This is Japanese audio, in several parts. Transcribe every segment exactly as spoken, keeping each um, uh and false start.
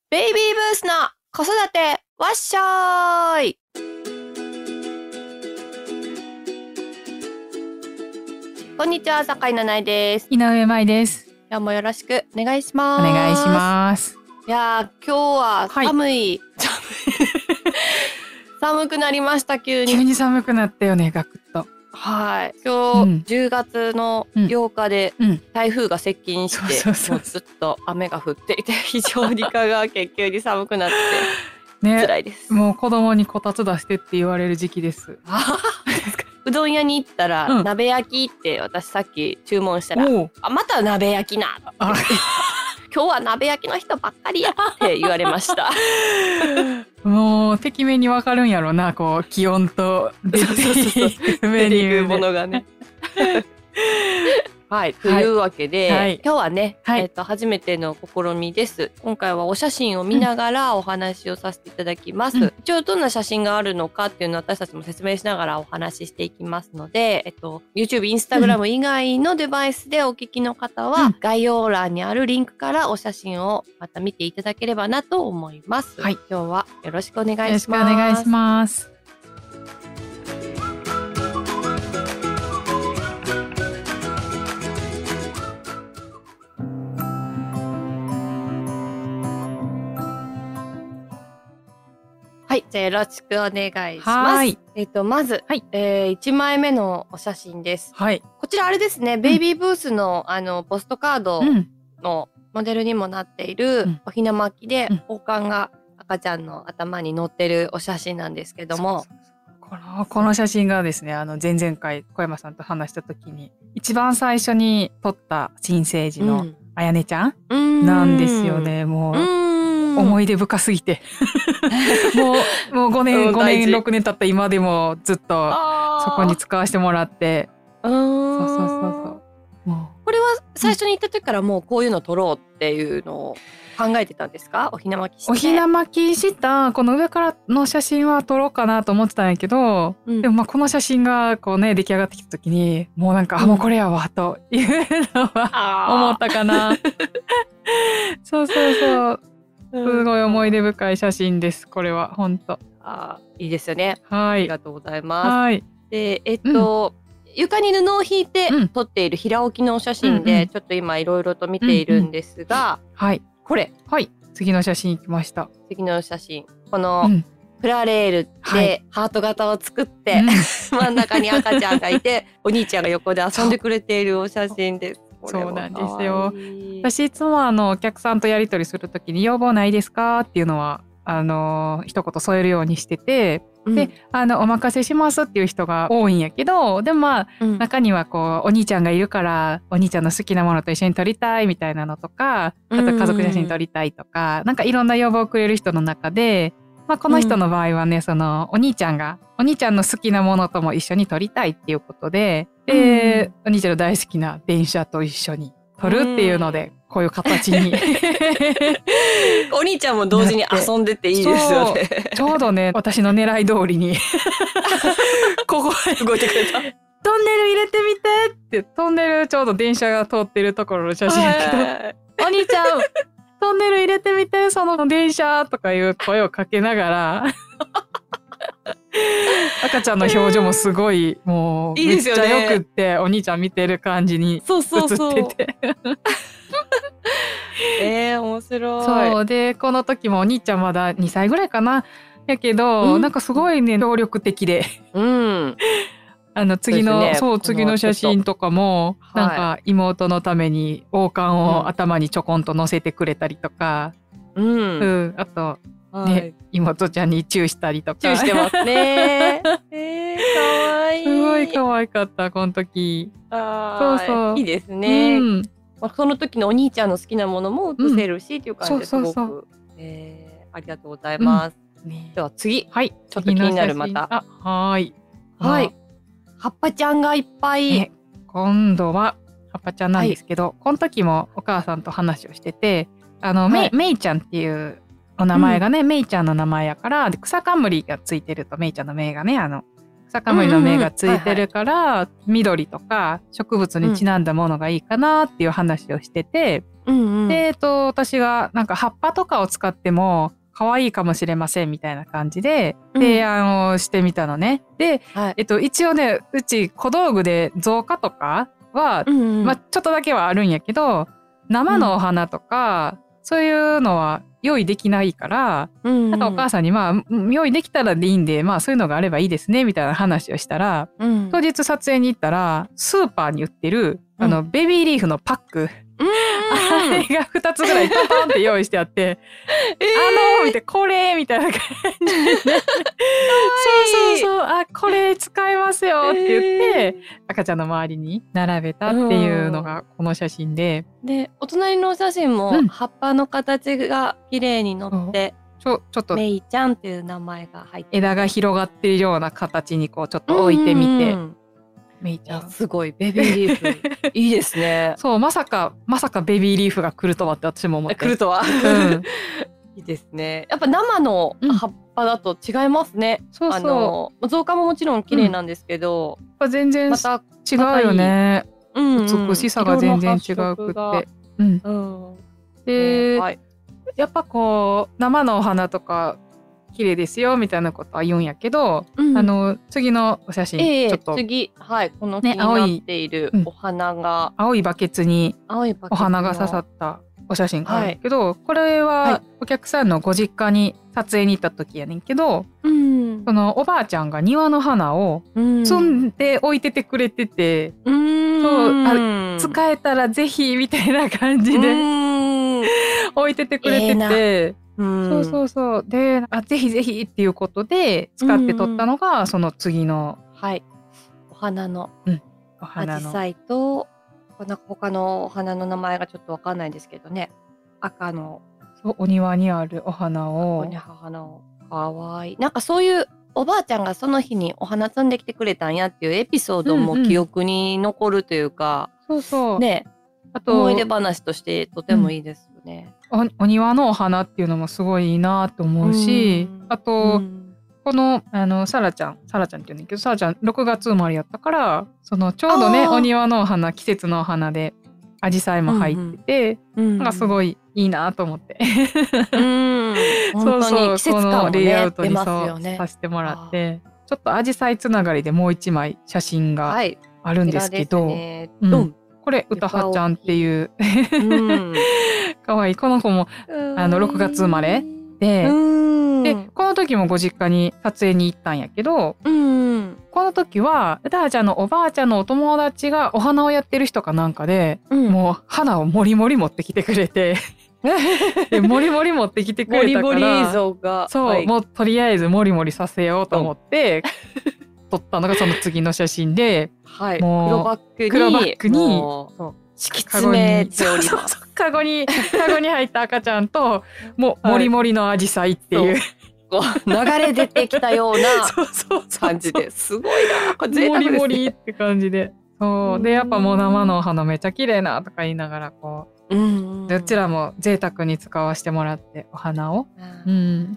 ベイビーブースの子育てわっしょーい。こんにちは、坂井七重です。 井上舞です。 今日もよろしくお願いします。 お願いします。 いやー、今日は寒い、はい、寒くなりました。急に急に寒くなったよね、ガクッと。 はい、今日、うん、じゅうがつのようかで台風が接近して、もうずっと雨が降っていて非常に香川県急に寒くなってね、辛いです。 もう子供にこたつ出してって言われる時期です。 うどん屋に行ったら、うん、鍋焼きって私さっき注文したら、あ、また鍋焼きな今日は鍋焼きの人ばっかりやって言われましたもうてきめんに分かるんやろな、こう気温と出ていくメニューものがねはい、というわけで、はい、今日はね、はい、えっと初めての試みです。今回はお写真を見ながらお話をさせていただきます。うん、一応どんな写真があるのかっていうのを私たちも説明しながらお話ししていきますので、えっと YouTube、Instagram 以外のデバイスでお聞きの方は、うん、概要欄にあるリンクからお写真をまた見ていただければなと思います。はい、今日はよろしくお願いします。よろしくお願いします。 はい、じゃあよろしくお願いします。えっとまず、はい、えー、いちまいめのお写真です。はい、こちらあれですね、うん、ベイビーブースのあのポストカードのモデルにもなっている、うん、おひな巻きで王冠が赤ちゃんの頭に乗ってるお写真なんですけども、 このこの写真がですね、あの前々回小山さんと話した時に一番最初に撮った新生児のあやねちゃんなんですよね。うん、もう。思い出深すぎてもうもうごねんごねんろくねん経った今でもずっとそこに使わせてもらって、そうそうそうそう。 もうこれは最初に行った時からもうこういうの撮ろうっていうのを考えてたんですか？おひな巻きして。 おひな巻きしたこの上からの写真は撮ろうかなと思ってたんやけど、うん、でもまあこの写真がこうね出来上がってきた時にもうなんか、うん、あもうこれやわというのは思ったかなそうそうそう。すごい思い出深い写真です。これは本当。 あ、いいですよね。 はい。 ありがとうございます。はい。で、えっと、うん、床に布を引いて撮っている平置きのお写真で、うん、ちょっと今いろいろと見ているんですが、うんうん、 はい。 これ。 はい。次の写真行きました。 次の写真。この、プラレールでハート型を作って、はい、真ん中に赤ちゃんがいて、お兄ちゃんが横で遊んでくれているお写真です。 そうなんですよ。私いつもあのお客さんとやり取りするときに要望ないですかっていうのはあの一言添えるようにしてて、うん、であのお任せしますっていう人が多いんやけど、でもまあ、うん、中にはこうお兄ちゃんがいるからお兄ちゃんの好きなものと一緒に撮りたいみたいなのとか、あと家族写真撮りたいとか、うん、なんかいろんな要望をくれる人の中で、まあ、この人の場合はね、うん、そのお兄ちゃんがお兄ちゃんの好きなものとも一緒に撮りたいっていうことで、で、うん、お兄ちゃんの大好きな電車と一緒に撮るっていうので、うん、こういう形にお兄ちゃんも同時に遊んでていいですよね。 ちょうどね、私の狙い通りにここ動いてくれた。 トンネル入れてみてって、トンネルちょうど電車が通ってるところの写真やけど、お兄ちゃんトンネル入れてみて、その電車とかいう声をかけながら赤ちゃんの表情もすごい、もうめっちゃよくって、いいね、お兄ちゃん見てる感じに映ってて、そうそうそうえー、面白い。 そうで、この時もお兄ちゃんまだにさいぐらいかなやけど、うん、なんかすごいね協力的で、うん、あの次の そう、ね、そう次の写真とかも、はい、なんか妹のために王冠を頭にちょこんと乗せてくれたりとか、うん、うん、あとね、はい、妹ちゃんにチューしたりとか。 チューしてますね。えー、かわいい。 すごい可愛かった、この時。 あ、そうそう。いいですね。うん、まあ、その時のお兄ちゃんの好きなものも写せるし、うん、っていう感じですごく。そうそうそう、えー、ありがとうございます。うんね、では次。はい。ちょっと気になるまた。 あ、はい。 はい。葉っぱちゃんがいっぱい。ね、 今度は葉っぱちゃんなんですけど、はい、この時もお母さんと話をしてて、あの、はい、めい、めいちゃんっていう、お名前がね、うん、めいちゃんの名前やから、で草冠がついてると、めいちゃんのめいがね、あの草冠のめいがついてるから、緑とか植物にちなんだものがいいかなっていう話をしてて、 うんうん、 で、えっと、私がなんか葉っぱとかを使っても可愛いかもしれませんみたいな感じで提案をしてみたのね。うん、で、はい、えっと、一応ね、うち小道具で造花とかは、うんうん、まあ、ちょっとだけはあるんやけど、生のお花とか、うん、そういうのは用意できないから、うんうん、なんかお母さんに、まあ、用意できたらでいいんで、まあ、そういうのがあればいいですねみたいな話をしたら、うん、当日撮影に行ったらスーパーに売ってるあの、うん、ベビーリーフのパック、あれがふたつぐらいトントンって用意してあって、えー、あの見てこれみたいな感じでそうそうそう、あ、これ使えますよって言って、えー、赤ちゃんの周りに並べたっていうのがこの写真で、 でお隣のお写真も葉っぱの形が綺麗に載って、 うん、ちょちょっとメイちゃんっていう名前が入って枝が広がっているような形にこうちょっと置いてみて、うんうん、 メイちゃんすごいベビーリーフいいですね。 そうまさかまさかベビーリーフが来るとはって私も思って。 来るとは、うん、いいですね。やっぱ生の葉っぱだと違いますね。うん、そうそう、あの造花ももちろん綺麗なんですけど、 うん、全然また違うよね。うんうん、美しさが全然違うくって。うんうん、で、ね、はい、やっぱこう生のお花とか綺麗ですよみたいなことは言うんやけど、うん、あの次のお写真、えー、ちょっと次、はい、この気になっているお花が、 ね、青いバケツにお花が刺さったお写真があるんだけど、はい、これはお客さんのご実家に撮影に行った時やねんけど、うん、そのおばあちゃんが庭の花を摘んで置いててくれてて、うん、そうあ使えたらぜひみたいな感じで置いててくれてて、えーうん、そうそうそうで、あ、ぜひぜひっていうことで使って撮ったのが、うん、その次の、 はい、お花の、うん、お花のアジサイとなんか他のお花の名前がちょっとわかんないんですけどね、赤のそうお庭にあるお花を、 お花をかわいい、なんかそういうおばあちゃんがその日にお花摘んできてくれたんやっていうエピソードも記憶に残るというか、 うんうん、そうそうね、あと思い出話としてとてもいいですよね。 うん、お, お庭のお花っていうのもすごいいいなと思うし、うん、あと、うん、このあのサラちゃんサラちゃんって言うんだけど、サラちゃんろくがつ生まれやったから、そのちょうどねお庭のお花、季節のお花でアジサイも入ってて、うんうん、なんかすごいいいなと思って、うん、そうそう、季節感もね、このレイアウトにそうさせてもらって、ちょっとアジサイつながりでもう一枚写真があるんですけど、はい、ね、うん、これ歌葉ちゃんっていう、うん、かわいいこの子もあのろくがつ生まれで、でこの時もご実家に撮影に行ったんやけど、うん、この時は歌葉ちゃんのおばあちゃんのお友達がお花をやってる人かなんかで、うん、もう花をもりもり持ってきてくれてでもりもり持ってきてくれたから、 もりもり像がそう、はい、もうとりあえずもりもりさせようと思って、うん、撮ったのがその次の写真で、 はい、もう黒バッグに黒バッグにそう敷き詰めております。 カゴにカゴに入った赤ちゃんともうもりもりのアジサイっていう、 はい、流れ出てきたような感じですごいな、これ贅沢ですね。 もりもりって感じで、そうでやっぱもう生のお花めっちゃ綺麗なとか言いながらこう、うんうん、どちらも贅沢に使わせてもらってお花を、うん、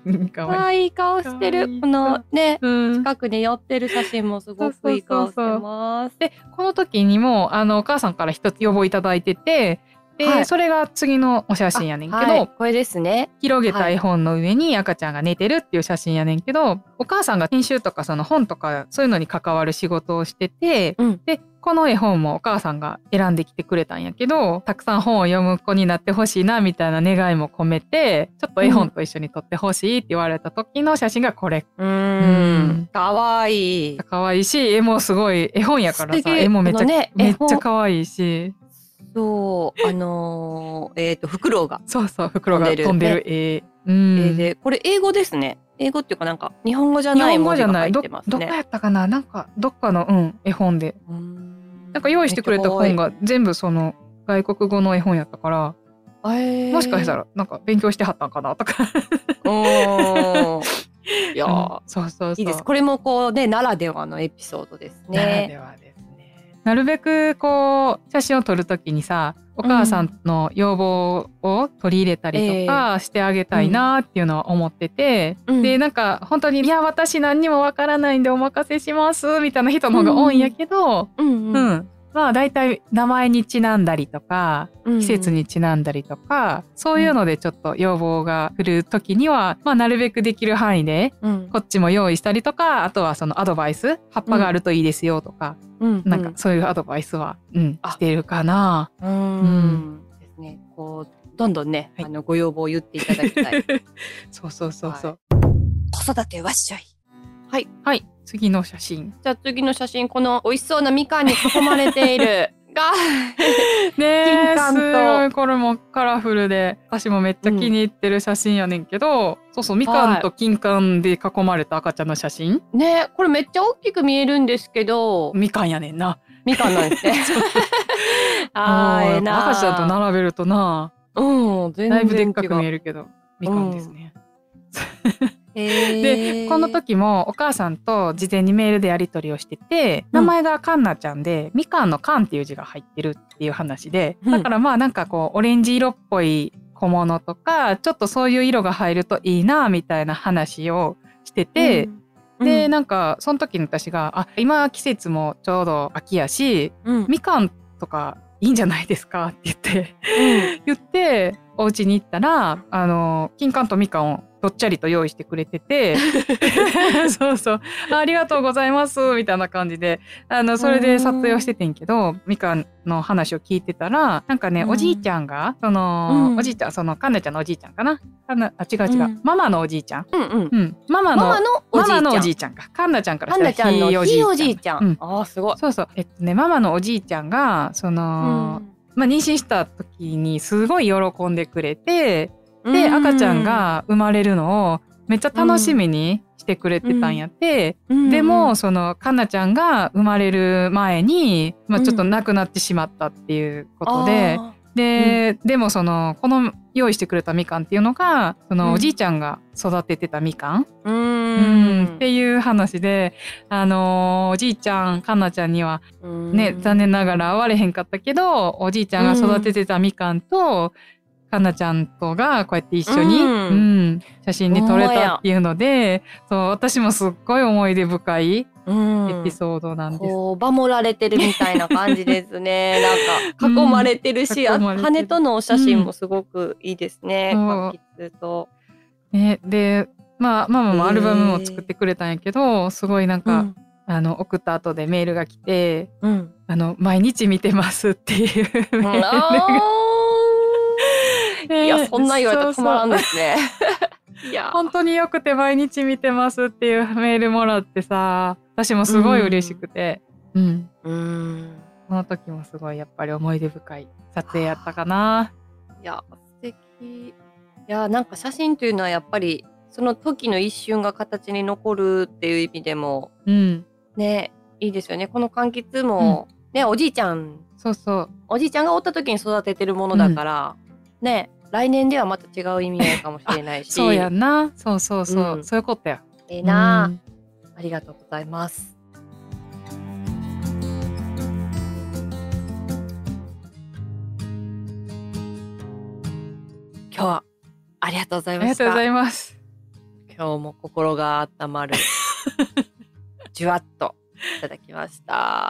うん、かわいい顔してる、このね、うん、近くに寄ってる写真もすごくいい顔してます。 でこの時にもあのお母さんから一つ要望いただいてて、で、はい、それが次のお写真やねんけど、はい、 これですね、 広げた絵本の上に赤ちゃんが寝てるっていう写真やねんけど、はい、お母さんが編集とかその本とかそういうのに関わる仕事をしてて、うん、でこの絵本もお母さんが選んできてくれたんやけど、たくさん本を読む子になってほしいなみたいな願いも込めて、ちょっと絵本と一緒に撮ってほしいって言われた時の写真がこれ。 うーん、かわいい。 かわいいし、絵もすごい、絵本やからさ、絵もめっちゃ、ね、めっちゃかわいいし。 そうあのー、えっ、ー、とフクロウがそうそうフクロウが飛んでる絵、 うん、絵で、これ英語ですね。英語っていうかなんか日本語じゃない文字が入ってますね。 ど, どこやったかな、なんかどっかの、うん、絵本でなんか用意してくれた本が全部その外国語の絵本やったから、えー、もしかしたらなんか勉強してはったんかなとかおいや、うん、 そうそうそう、 いいです。これもこうねならではのエピソードですね。 ならではですね。なるべくこう写真を撮るときにさ、お母さんの要望を取り入れたりとかしてあげたいなっていうのは思ってて、うん、でなんか本当にいや私何にもわからないんでお任せしますみたいな人の方が多いんやけど、うんうんうん、 まあ大体名前にちなんだりとか、季節にちなんだりとか、うん、そういうのでちょっと要望が来る時には、まあなるべくできる範囲でこっちも用意したりとか、あとはそのアドバイス、葉っぱがあるといいですよとか、うん、なんかそういうアドバイスは、うん、してるかな。 うん、うん、ですね。こうどんどんね、はい、あのご要望を言っていただきたい。 そうそうそうそう。 はい、子育てわっしょい。はいはい。次の写真。 じゃあ次の写真、この美味しそうなみかんに囲まれているがねえ、すごいこれもカラフルで私もめっちゃ気に入ってる写真やねんけど、うん、そうそうみかんと金柑で囲まれた赤ちゃんの写真、 ね、これめっちゃ大きく見えるんですけどみかんやねんな。 みかんなんですね。あー、ええな。 赤ちゃんと並べるとな、 うん、全然だいぶでっかく見えるけどみかんですね。うんでこの時もお母さんと事前にメールでやり取りをしてて、名前がかんなちゃんで、みかんのかんっていう字が入ってるっていう話で、だからまあなんかこうオレンジ色っぽい小物とかちょっとそういう色が入るといいなみたいな話をしてて、うん、でなんかその時に私が「あ、今季節もちょうど秋やし、うん、みかんとかいいんじゃないですか」って言って、うん、言ってお家に行ったら、あの金柑とみかんをどっちゃりと用意してくれててそうそう あ, ありがとうございますみたいな感じで、あのそれで撮影をしててんけど、みかんの話を聞いてたらなんかね、おじいちゃんがその、うん、おじいちゃんそのかんなちゃんのおじいちゃんかな、かなあ違う違う、うん、ママのおじいちゃん、うんうんうん、ママ の, ママのおじいちゃんか、かんなちゃんからしたらひいおじいちゃん、おじいちゃん、うん、 あすごい、 そうそう、えっとねママのおじいちゃんがその、うんまあ、妊娠した時にすごい喜んでくれて、で赤ちゃんが生まれるのをめっちゃ楽しみにしてくれてたんやって、うん、でもそのかなちゃんが生まれる前に、まあ、ちょっと亡くなってしまったっていうことで、うん、で、うん、でもそのこの用意してくれたみかんっていうのがそのおじいちゃんが育ててたみかん、うんうん、っていう話で、あのー、おじいちゃんかなちゃんにはね残念ながら会われへんかったけど、おじいちゃんが育ててたみかんとかなちゃんとがこうやって一緒に、うんうん、写真に撮れたっていうので、そう私もすっごい思い出深いエピソードなんです。 こう守られてるみたいな感じですね。なんか囲まれてるし、うん、る羽とのお写真もすごくいいですね。柑橘と、 ね、で、まあ、ママもアルバムも作ってくれたんやけど、すごいなんか、うん、あの送った後でメールが来て、うん、あの毎日見てますっていうメールがいや、そんな言われたらたまらんですね。 いや本当によくて毎日見てますっていうメールもらってさ、私もすごい嬉しくて、うん、うんうんその時もすごいやっぱり思い出深い撮影やったかな。 いや素敵。いやなんか写真というのはやっぱりその時の一瞬が形に残るっていう意味でも、うん、ねいいですよね。この柑橘も、うん、ねおじいちゃんそうそうおじいちゃんがおった時に育ててるものだから、うん、ね来年ではまた違う意味合いかもしれないしそうやんな、そうそうそう、うん、そういうことや。 ええな、うん、ありがとうございます。今日はありがとうございました。 ありがとうございます。 今日も心が温まるじゅわっといただきました。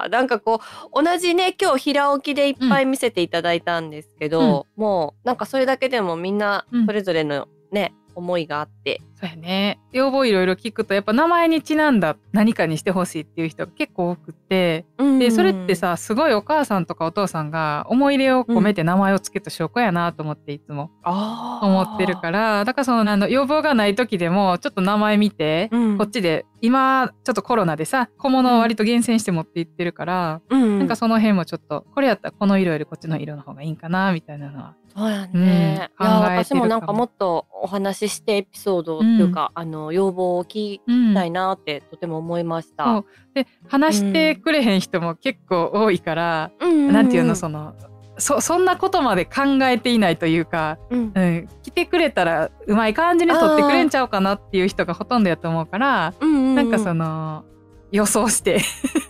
なんかこう同じね今日平置きでいっぱい見せていただいたんですけど、うん、もうなんかそれだけでもみんなそれぞれのね、うん、思いがあって、 そうやね、要望いろいろ聞くとやっぱ名前にちなんだ何かにしてほしいっていう人が結構多くて、うん、でそれってさすごいお母さんとかお父さんが思い入れを込めて名前をつけた証拠やなと思っていつも思ってるから、だからそのあの要望がない時でもちょっと名前見て、うん、こっちで今ちょっとコロナでさ小物を割と厳選して持っていってるから、うん、なんかその辺もちょっとこれやったらこの色よりこっちの色の方がいいんかなみたいなのは。 そうやね、うん、いや私もなんかもっとお話ししてエピソードっていうか、うん、あの要望を聞きたいなってとても思いました。 そうで話してくれへん人も結構多いから、うん、なんていうのその そ, そんなことまで考えていないというか、うんうん、来てくれたらうまい感じに撮ってくれんちゃうかなっていう人がほとんどやと思うから、うんうんうん、なんかその予想して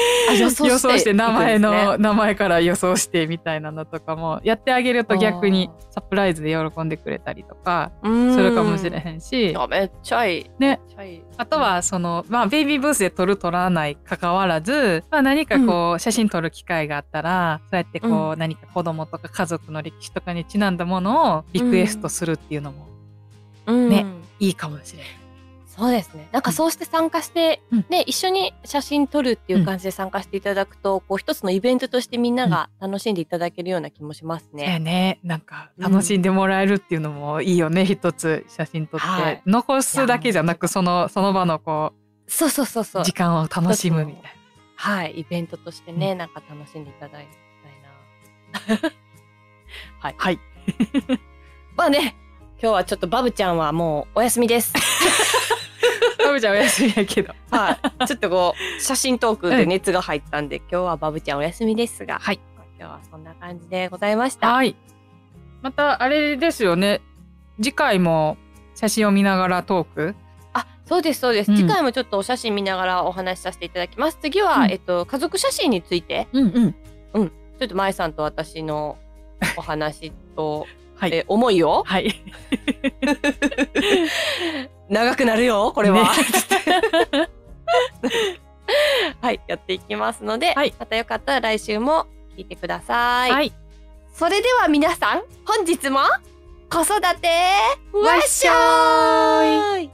あ予想して、 予想して名前の、 ね、 名前から予想してみたいなのとかもやってあげると逆にサプライズで喜んでくれたりとかするかもしれへんし、 あめっちゃいい、 ね、 めっちゃいい。 あとはその、まあ、ベイビーブースで撮る撮らない関わらず、まあ、何かこう、うん、写真撮る機会があったらそうやってこう、うん、何か子供とか家族の歴史とかにちなんだものをリクエストするっていうのも、うん、ね、いいかもしれない。 そうですね。なんかそうして参加して、うん、ね、一緒に写真撮るっていう感じで参加していただくと、うん、こう一つのイベントとしてみんなが楽しんでいただけるような気もしますね。 そうやね。なんか楽しんでもらえるっていうのもいいよね。うん、一つ写真撮って、はい、残すだけじゃなくそのその場のこうそうそうそうそう時間を楽しむみたいな。 はい、イベントとしてね、うん、なんか楽しんでいただきたいな。はい。 はい。 まあね、今日はちょっとバブちゃんはもうお休みです。 バブちゃんお休みやけど、 はい、ちょっとこう写真トークで熱が入ったんで、うん、今日はバブちゃんお休みですが、 はい、 今日はそんな感じでございました。 はい。またあれですよね。次回も写真を見ながらトーク。 あ、そうですそうです、うん。次回もちょっとお写真見ながらお話しさせていただきます。次は、うん、えっと家族写真について、 うんうんうん、ちょっとまえさんと私のお話と。はい、え思いを、 はい、 長くなるよこれは、ね、はいやっていきますので、はい、またよかったら来週も聞いてください、はい、それでは皆さん本日も子育てわっしょーい。